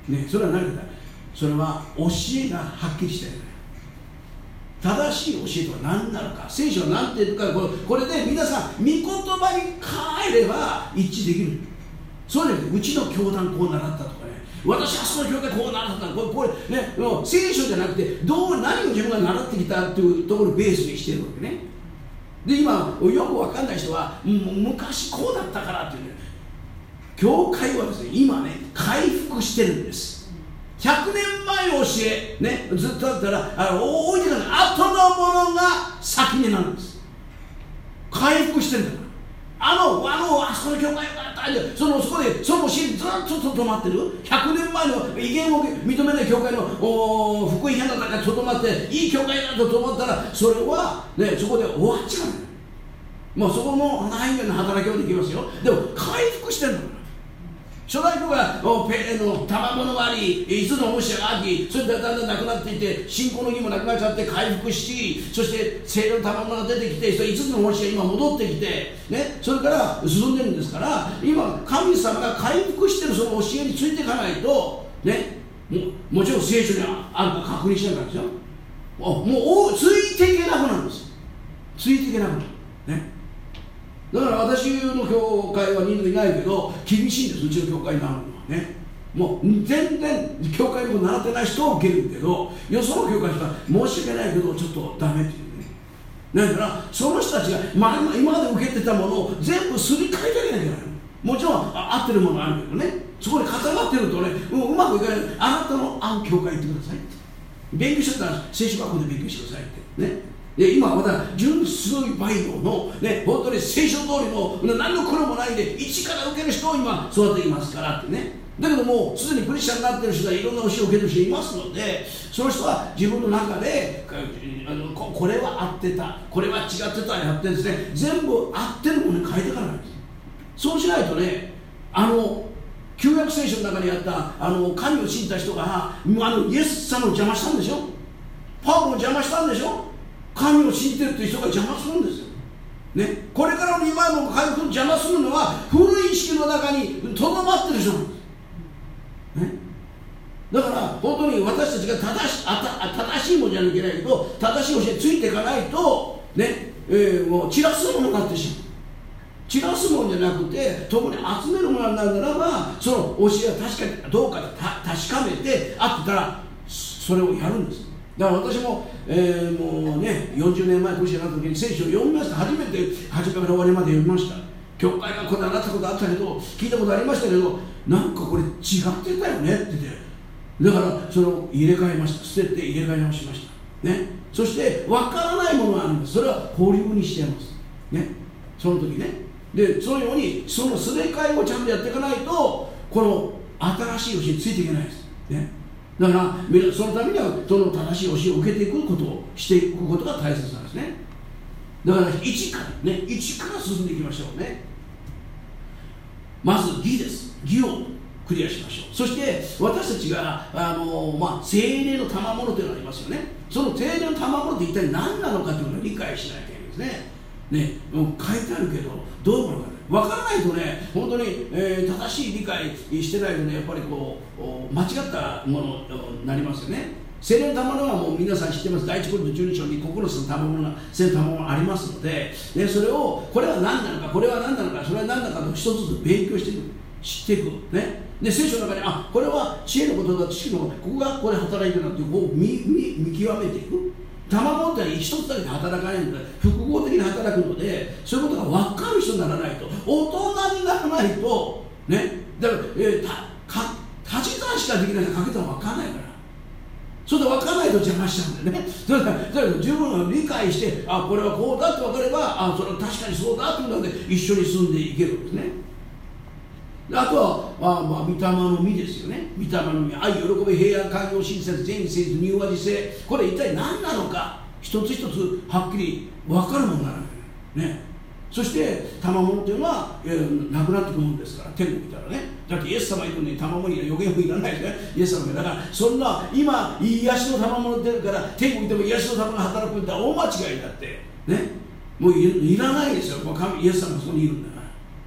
ね、それは何だ。それは教えがはっきりしている。正しい教えとは何なのか、聖書は何て言うか、これで皆さん御言葉に変えれば一致できる。そうじゃなくて、うちの教団こう習ったとかね、私はその教会こう習ったこれ、これね、聖書じゃなくてどう何を自分が習ってきたっていうところをベースにしてるわけね。で今よく分かんない人は昔こうだったからっていうね、教会はですね今ね回復してるんです。ひゃくねんまえの教え、ね、ずっとだったらあの置いてたら後のものが先になるんです。回復してるんだから、あのあのあそこの教会があったそのそこでその教えにずっと止まってるひゃくねんまえの威厳を認めない教会のお福音派の中にとどまっていい教会だと思ったら、それは、ね、そこで終わっちゃう。まあそこも内面の働きはできますよ。でも回復してるんだから。初代教会はペレの賜物があり、いつの教えがあり、それでだんだんなくなっていて、信仰の義もなくなっちゃって回復し、そして聖霊の賜物が出てきて、それいつつの教えが今戻ってきて、ね、それから進んでるんですから、今神様が回復してるその教えについていかないと、ね、も, もちろん聖書にあるか確認しなきゃですよ。もうついていけなくなるんです。ついていけなくなる、ね。だから私の教会は人数いないけど厳しいんです。うちの教会になるのはね、もう全然教会にも習ってない人は受けるけど、よその教会は申し訳ないけどちょっとダメっていうね。だからその人たちが、まあ、今まで受けてたものを全部すり替えてあげなきゃいけない。もちろん合ってるものあるけどね、そこに固まってるとね、もううまくいかない。あなたの合う教会行ってくださいって、勉強してたら聖書学校で勉強してくださいってね。で今まだ純粋バイブルの、ね、本当に聖書通りの何の苦労もないで一から受ける人を今育てていますからってね。だけどもうすでにクリスチャンになっている人がいろんな教えを受けてる人いますので、その人は自分の中であの こ, これは合ってた、これは違ってたやってですね、全部合ってるものに変えていかないんです。そうしないとね、あの旧約聖書の中にあったあの神を信じた人があのイエス様を邪魔したんでしょ。パウロを邪魔したんでしょ。神を信じてるという人が邪魔するんですよ、ね、これからの今の回復を邪魔するのは古い意識の中にとどまってる人なんです、ね、だから本当に私たちが正し、あた正しいものじゃなきゃいけないけど、正しい教えについていかないと、ねえー、もう散らすものになってしまう。散らすものじゃなくて共に集めるものになるならば、その教えは確かにどうかた確かめてあってたらそれをやるんです。だから私も、えー、もうねよんじゅうねんまえクリスチャンになった時に聖書を読みました。初めて初めから終わりまで読みました。教会がこんななったことあったけど、聞いたことありましたけど、なんかこれ違ってたよねって言って、だからそれを入れ替えました。捨てて入れ替え直しました、ね、そして分からないものがあるんです。それは保留にしています、ね、その時ね。でそのようにそのすれ替えをちゃんとやっていかないと、この新しい教えについていけないです、ね。だからそのためにはその正しい教えを受けていくことをしていくことが大切なんですね。だから一からね、一から進んでいきましょうね。まず義です。義をクリアしましょう。そして私たちがあの、まあ、精霊の賜物というのがありますよね。その精霊の賜物って一体何なのかというのを理解しなきゃいけないんですね。ね、もう書いてあるけどどういうものか分からないとね、本当に、えー、正しい理解してないとね、やっぱりこう間違ったものになりますよね。聖霊の賜物はもう皆さん知ってます。第一コリントじゅうに章にここのつの賜物が聖霊の賜物がありますので、ね、それをこれは何なのかこれは何なのかそれは何なのかと一つずつ勉強していく、知っていく、ね。で聖書の中にあこれは知恵のことだ、知識のこと、ここがここで働いてるなってこう 見, 見, 見極めていく。賜物って一つだけで働かないので複合的に働くので、そういうことが分かる人にならないと、大人にならないとね、だから、えー、たか足し算しかできないからかけたら分かんないから、それで分かんないと邪魔しちゃうんだよね。だからだから十分理解して、あこれはこうだって分かれば、あそれは確かにそうだっていうので一緒に進んでいけるんですね。あとは、あまあ、御霊の実ですよね。御霊の実、愛、喜び、平安、寛容、親切、善意、誠実、柔和、自制、これ一体何なのか、一つ一つはっきり分かるものなのね。そして賜物っていうのは、えー、なくなっていくものですから、天国にいたらね。だってイエス様いるのに賜物には予言もいらないですね、イエス様が。だからそんな今癒しの賜物出るから天国にいても癒しの賜物が働くんだ、大間違いだってね。もう い, いらないですよ、神イエス様がそこにいるんだから。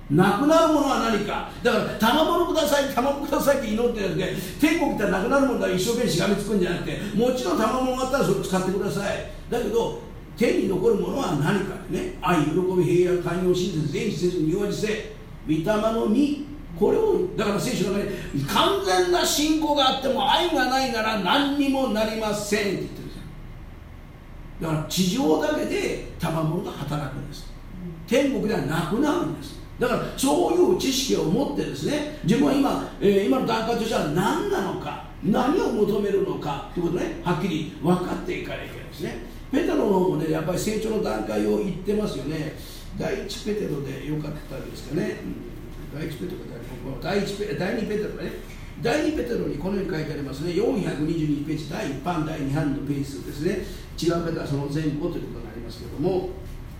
なくなるものは何か。だから賜物ください賜物くださいって祈ってるんで、天国行ったらなくなるものが一生懸命しがみつくんじゃなくて、もちろん賜物があったらそれ使ってください。だけど手に残るものは何かね、愛、喜び、平安、寛容、親切、善意、節、柔和、自制、御霊の実、これを、だから聖書の中で完全な信仰があっても愛がないなら何にもなりませんって言ってるんですよ。だから地上だけで賜物が働くんです。天国ではなくなるんです。だからそういう知識を持ってですね、自分は今、えー、今の段階としては何なのか、何を求めるのかということをね、はっきり分かっていかなきゃいけないですね。ペテロの方もね、やっぱり成長の段階を言ってますよね。第一ペテロでよかったんですかね。うん、第一ペテロ第一ペ第二ペテロね。第二ペテロにこのように書いてありますね。よんひゃくにじゅうにページ、第一版第二版のページ数ですね。違う方はその前後ということになりますけれども、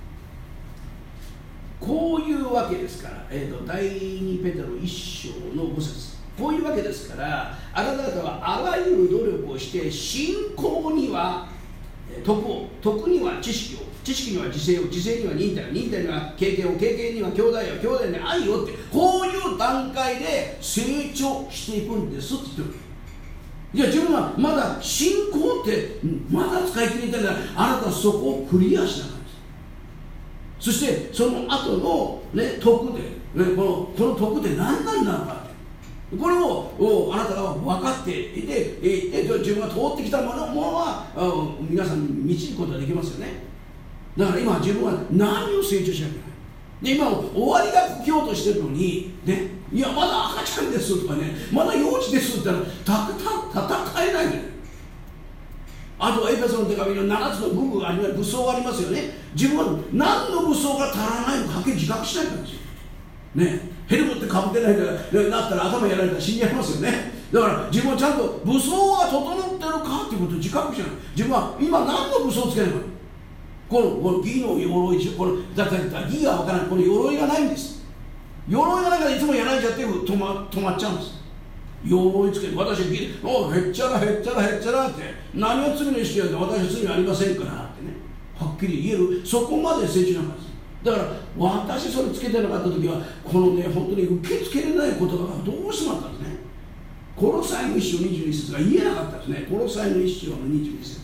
こういうわけですから、えー、と第二ペテロいっ章のご節、こういうわけですから、あなた方はあらゆる努力をして信仰には徳を、徳には知識を、知識には自制を、自制には忍耐を、忍耐には経験を、経験には兄弟を、兄弟には愛をって、こういう段階で成長していくんですって言ってる。じゃあ自分はまだ信仰ってまだ使い切れてない、あなたはそこをクリアしなかった。そしてその後の、ね、徳で、ね、このこの徳って何なんだろうかって、これをあなたが分かっていて、いて自分が通ってきたものものは皆さんに導くことができますよね。だから今自分は何を成長しなきゃいけない。で今終わりが来ようとしてるのに、ね、いやまだ赤ちゃんですとかね、まだ幼児ですって言ったらたた戦えないんだよ。あとはエペソの手紙のななつの武具があります、武装がありますよね。自分は何の武装が足らないのかはっきり自覚しないからですよ。ね、ヘルメットかぶってないからなったら頭やられたら死んじゃいますよね。だから自分はちゃんと武装が整ってるかっていうことを自覚しない。自分は今何の武装をつければいいの。このこの義の鎧、このだから義が分からない、この鎧がないんです。鎧がないからいつもやられちゃって止ま、止まっちゃうんです。鎧つけて、私は義、おへっちゃらへっちゃらへっちゃらって、何を罪の意識やって私は罪はありませんからってね、はっきり言える、そこまで成長なんです。だから私それつけてなかった時は、このね、本当に受け付けれない言葉がどうしてもあったんですね。コロサイの一章にじゅうに節が言えなかったですね。コロサイの一章のにじゅうに節。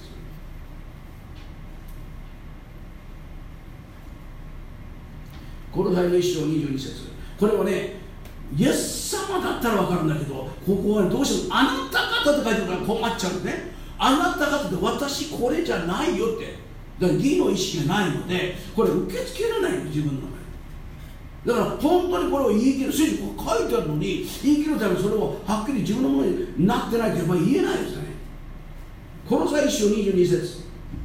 コロサイの一章にじゅうに節、これはね、イエス様だったら分かるんだけど、ここはどうしてもあなた方って書いてるから困っちゃうんですね。あなた方って私これじゃないよって、だから義の意識がないので、これ受け付けられないの、自分の中で。だから本当にこれを言い切る、聖書こう書いてあるのに、言い切るためにそれをはっきり自分のものになってないとやっぱり言えないですよね。コロサイ一章にじゅうに節、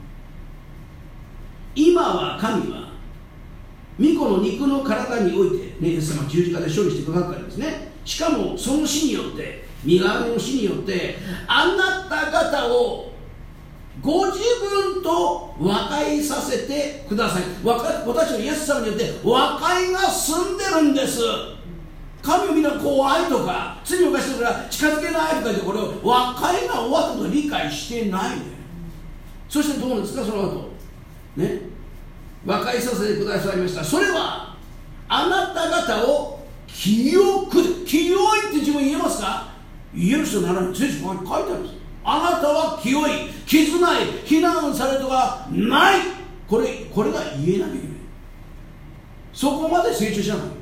今は神は御子の肉の体において、ね、イエス様十字架で処理してくださったんですね。しかもその死によって、身代わりの死によってあなた方をご自分と和解させてください。私のイエス様によって和解が済んでるんです。神をみんな怖いとか罪を犯してるから近づけないとか言って、これを和解が終わったと理解してないんだよ。そしてどうなんですか、その後ね、和解させてくださいました。それはあなた方を清く、清いって自分言えますか。言える人なら聖書に書いてあるんです。あなたは清い、傷ない、非難されるとかない、これこれが言えなきゃいけない。そこまで成長しなかった。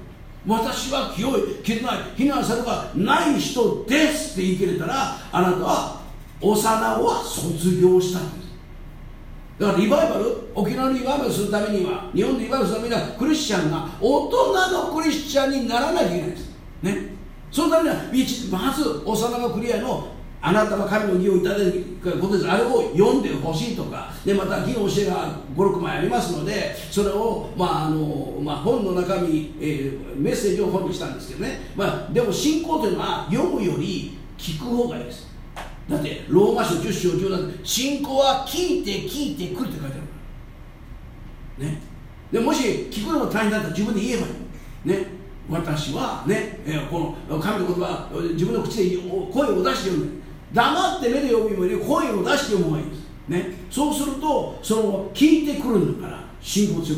私は清い、傷ない、非難されるとかない人ですって言い切れたら、あなたは幼子は卒業したんです。だからリバイバル、沖縄のリバイバルするためには、日本のリバイバルするためには、クリスチャンが大人のクリスチャンにならないといけないです、ね、そのためにはまず幼子クリアのあなたは神の義をいただくことです。あれを読んでほしいとかで、また義の教えがご、ろくまいありますので、それを、まああのまあ、本の中身、えー、メッセージを本にしたんですけどね、まあ、でも信仰というのは読むより聞く方がいいです。だってローマ書じゅっ章じゅうなな、信仰は聞いて聞いてくるって書いてあるから、ね、でもし聞くのも大変だったら自分で言えばいい、ね、私はね、えー、この神の言葉自分の口で声を出して読む。黙って目で読むより声を出して読む方がいいです、ね、そうするとその聞いてくるんだから信仰強くなる。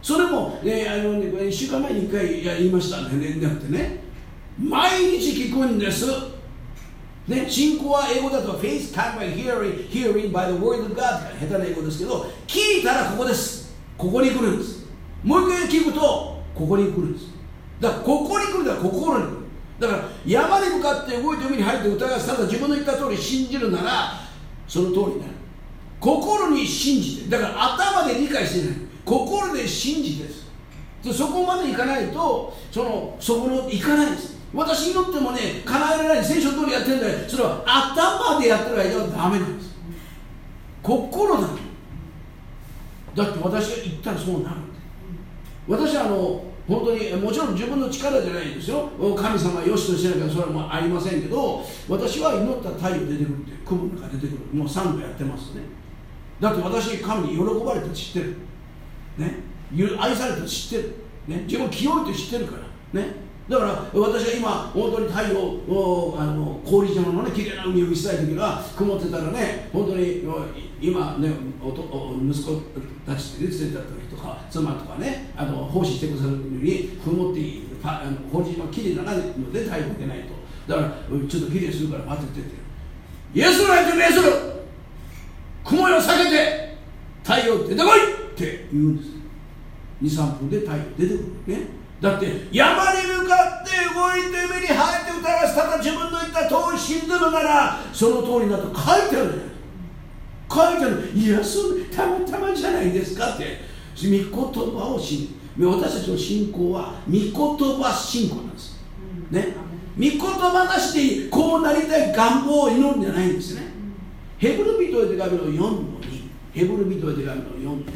それも、ね、あのね、いっしゅうかんまえにいっかい言いましたね、なくてね、毎日聞くんです。ね、信仰は英語だと Faith comes by hearing, hearing by the word of God 下手な英語ですけど、聞いたらここです。ここに来るんです。もう一回聞くとここに来るんです。だからここに来るのは心に来る。だから山に向かって動いて海に入って疑わず、ただ自分の言った通り信じるならその通りになる。心に信じて、だから頭で理解してない、心で信じてです。でそこまでいかないとそのそこのいかないんです。私祈ってもね叶えられない、聖書通りやってるんだよ。それは頭でやってる間はダメなんです。心だ。だって私が言ったらそうなるんで。私はあの本当にもちろん自分の力じゃないんですよ。神様はよしとしなきゃそれはもうありませんけど、私は祈ったら太陽出てくるって、雲の中出てくる、もうさんどやってますね。だって私神に喜ばれて知ってる、ね、愛されて知ってる、ね、自分清いって知ってるからね。だから私は今本当に太陽をあの氷状のね綺麗な海を見せたい時は曇ってたらね、本当に今ねおとお息子たちってね連れてった時とか妻とかね、あの奉仕してくださるのに曇ってあの氷状綺麗だなので太陽出ないと。だからちょっと綺麗するから待っててって、イエスの名に命する、雲よ避けて太陽出てこいって言うんです。にさんぷんで太陽出てくるね。だって山に向かって動いて目に入って疑わず、ただ自分の言った通り信ずるならその通りだと書いてあるじゃない。書いてある。いやそれたまたまじゃないですかって。御言葉を信じ、私たちの信仰は御言葉信仰なんですね。御言葉なしでこうなりたい願望を祈るんじゃないんですね。ヘブル人へ手紙のよんのに、ヘブル人へ手紙のよんのに、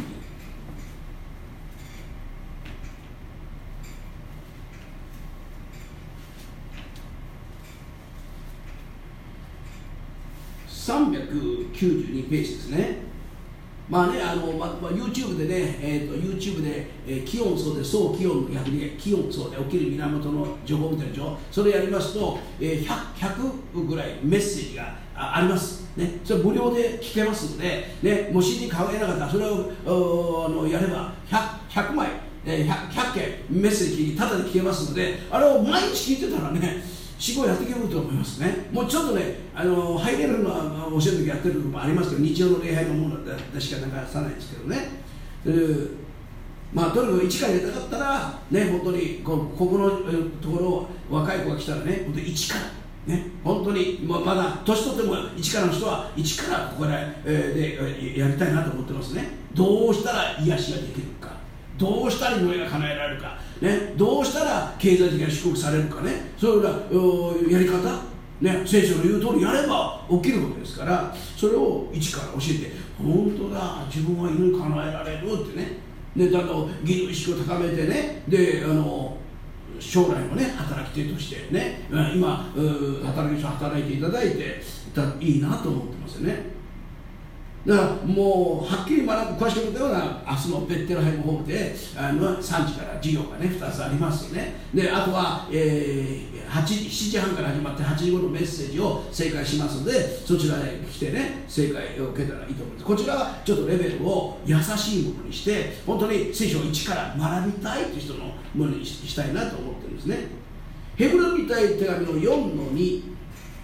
さんびゃくきゅうじゅうにページですね。まあね、あのままあ、YouTube でね、えー、と YouTube で、えー、気温層で総気温の逆に気温層で起きる源の情報みたいなでしょ。それやりますと、えー、ひゃく, ひゃくぐらいメッセージが あ, あります、ね。それ無料で聞けますので、ね、もし シーディー 買えなかったらそれをあのやれば ひゃく, ひゃくまい、えー、ひゃく, ひゃくけんメッセージただで聞けますので、あれを毎日聞いてたらね仕事やっていけると思いますね。もうちょっとね、あのハイレベルの教える時やってるところもありますけど、日曜の礼拝のものでしか流さないですけどね。えー、まあとにかく一から入れたかったらね、本当にこここのところ若い子が来たらね、本当に一からね、本当にままだ年取っても一からの人は一からここで、えー、でやりたいなと思ってますね。どうしたら癒しができるか、どうしたら夢が叶えられるか、ね、どうしたら経済的な祝福されるかね、そういうやり方、ね、聖書の言う通りやれば起きるわけですから、それを一から教えて、本当だ自分は祈り叶えられるってね、でだんだん義の意識を高めてね、であの将来のね働き手としてね、今働き手と働いていただいていいなと思ってますよね。だからもうはっきり学ぶ詳しく言ったような明日のベッテルハイムホームであのさんじから授業がねふたつありますよね。であとは、えー、はちじしちじはんから始まってはちじごろのメッセージを正解しますので、そちらへ来てね正解を受けたらいいと思います。こちらはちょっとレベルを優しいものにして、本当に聖書を一から学びたいという人のものにしたいなと思ってるんですね。ヘブル人へ手紙のよんのに、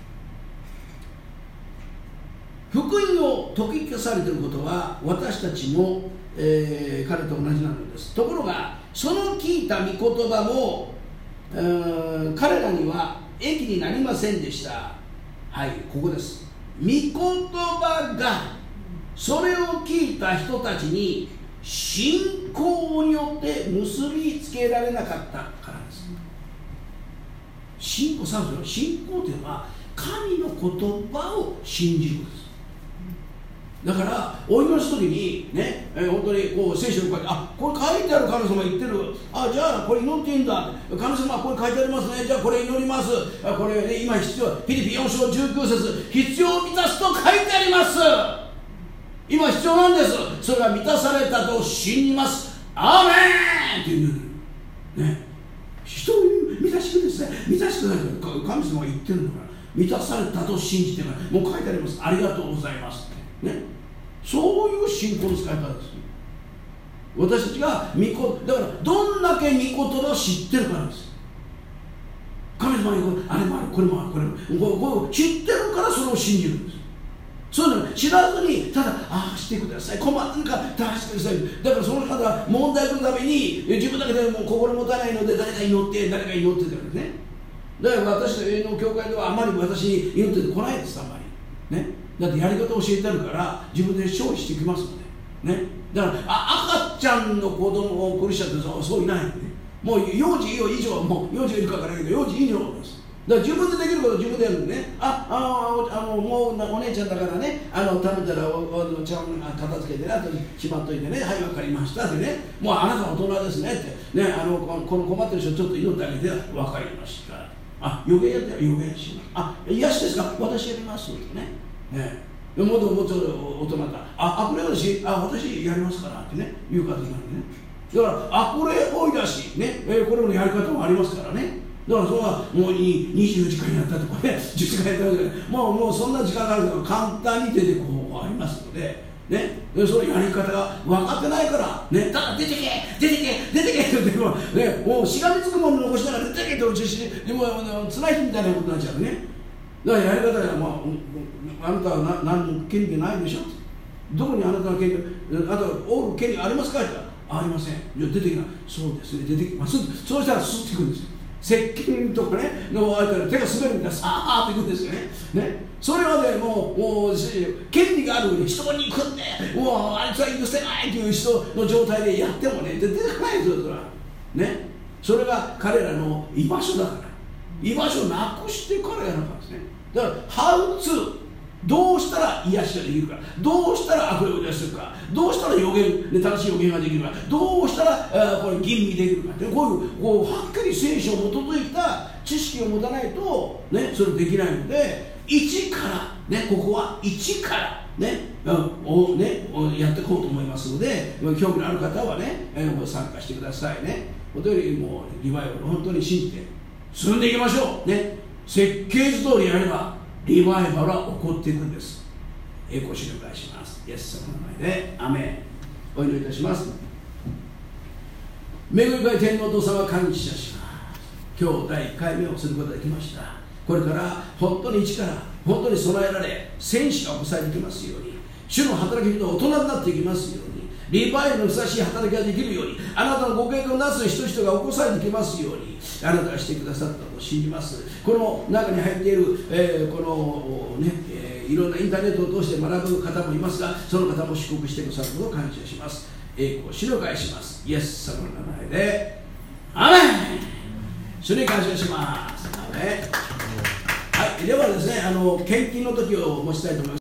福音を説き聞かされていることは私たちも、えー、彼と同じなのです。ところがその聞いた御言葉も、えー、彼らには益になりませんでした。はい、ここです。御言葉がそれを聞いた人たちに信仰によって結びつけられなかったからです。信仰、さんの信仰というのは神の言葉を信じることです。だからお祈りするときにね、えー、本当にこう聖書に書いて、あ、これ書いてある神様言ってる、あ、じゃあこれ祈っていいんだ、神様はこれ書いてありますね、じゃあこれ祈ります、あ、これ、ね、今必要、フィリピよん章じゅうきゅう節、必要を満たすと書いてあります。今必要なんです。それが満たされたと信じます。アーメンって言うね。人を満たしてください、満たしてください、神様が言ってるんだから、満たされたと信じてから、もう書いてあります。ありがとうございますね。そういう信仰の使い方です。 私たちが御子だからどんだけ御言葉を知ってるからです。神様にあれもあるこれもあるこれもこれ知ってるからそれを信じるんです。そういうの知らずにただああしてください困ってるから助けてください。だからその方は問題のために自分だけでも心もたないので誰か祈って誰か祈ってたんですね。だから私の教会ではあまり私に祈ってこないです。あんまりね。だってやり方を教えてあるから自分で勝利してきますのでね。だからあ赤ちゃんの子供をクリスチャンってそうそういないのね。もう幼児以上はもう幼児がいるかわからないけど幼児以上です。だから自分でできることを自分でやるんでね。あああのもうお姉ちゃんだからねあの食べたらおお茶を片付けてねあとしまっといてねはい分かりましたってねもうあなたは大人ですねってねあのこの困ってる人ちょっと祈ってあげて分かりましたあ予言やったら予言しますあ癒しですか私やりますってねねもっともうちょっと大人だああこれ私あ私やりますからってね言う方になるねだからあこれ多いだしね、えー、これのやり方もありますからねだからそれはもうにじゅうじかんやったとかねじゅうじかんやったとかねもうもうそんな時間があるから簡単に出てこうありますのでねでそのやり方が分かってないからねただ出てけ出てけ出てけって言ってもねもうしがみつくもの残しながら出てけって落ちしでもつらい日みたいなことになっちゃうねだからやり方が、まあ、あなたはな何の権利ないでしょどこにあなたの権利あなたはおる権利ありますかって言ったらありませんじゃあ出てきなそうですね出てきますそうしたらスッていくんですよ接近とかねのあいたら手が滑るみたいなさーっていくんですよねねそれまでもうもう権利がある上に人に行くんでもうあいつは許せないという人の状態でやってもね出てこないですよそれはねそれが彼らの居場所だから居場所をなくしてからやらなかったんですねだからハウツーどうしたら癒しができるかどうしたら悪霊を出するかどうしたら予言で正しい予言ができるかどうしたらあこれ吟味できるかってこういうこうはっきり聖書を基づいた知識を持たないと、ね、それできないので一から、ね、ここは一からね、をねやっていこうと思いますので興味のある方はね参加してくださいね本当にもうリバイバル本当に信じて進んでいきましょうね設計図通りやればリバイバルは起こっていくんです。栄光をお願いします。イエス様の名前でアメン。お祈りいたします。恵み深い天皇お父様感謝します。今日だいいっかいめをすることができました。これから本当に一から本当に備えられ戦士が起こされていきますように主の働き人が大人になっていきますようにリバイバルのふさわしい働きができるようにあなたのご計画をなす人々が起こされていきますようにあなたがしてくださったと信じます。この中に入っている、えー、このね、えー、いろんなインターネットを通して学ぶ方もいますがその方も祝福してくださることを感謝します。栄光を主に返します。イエス様の名前でアメン。主に感謝します。アメン。はい、ではですねあの献金の時を申したいと思います。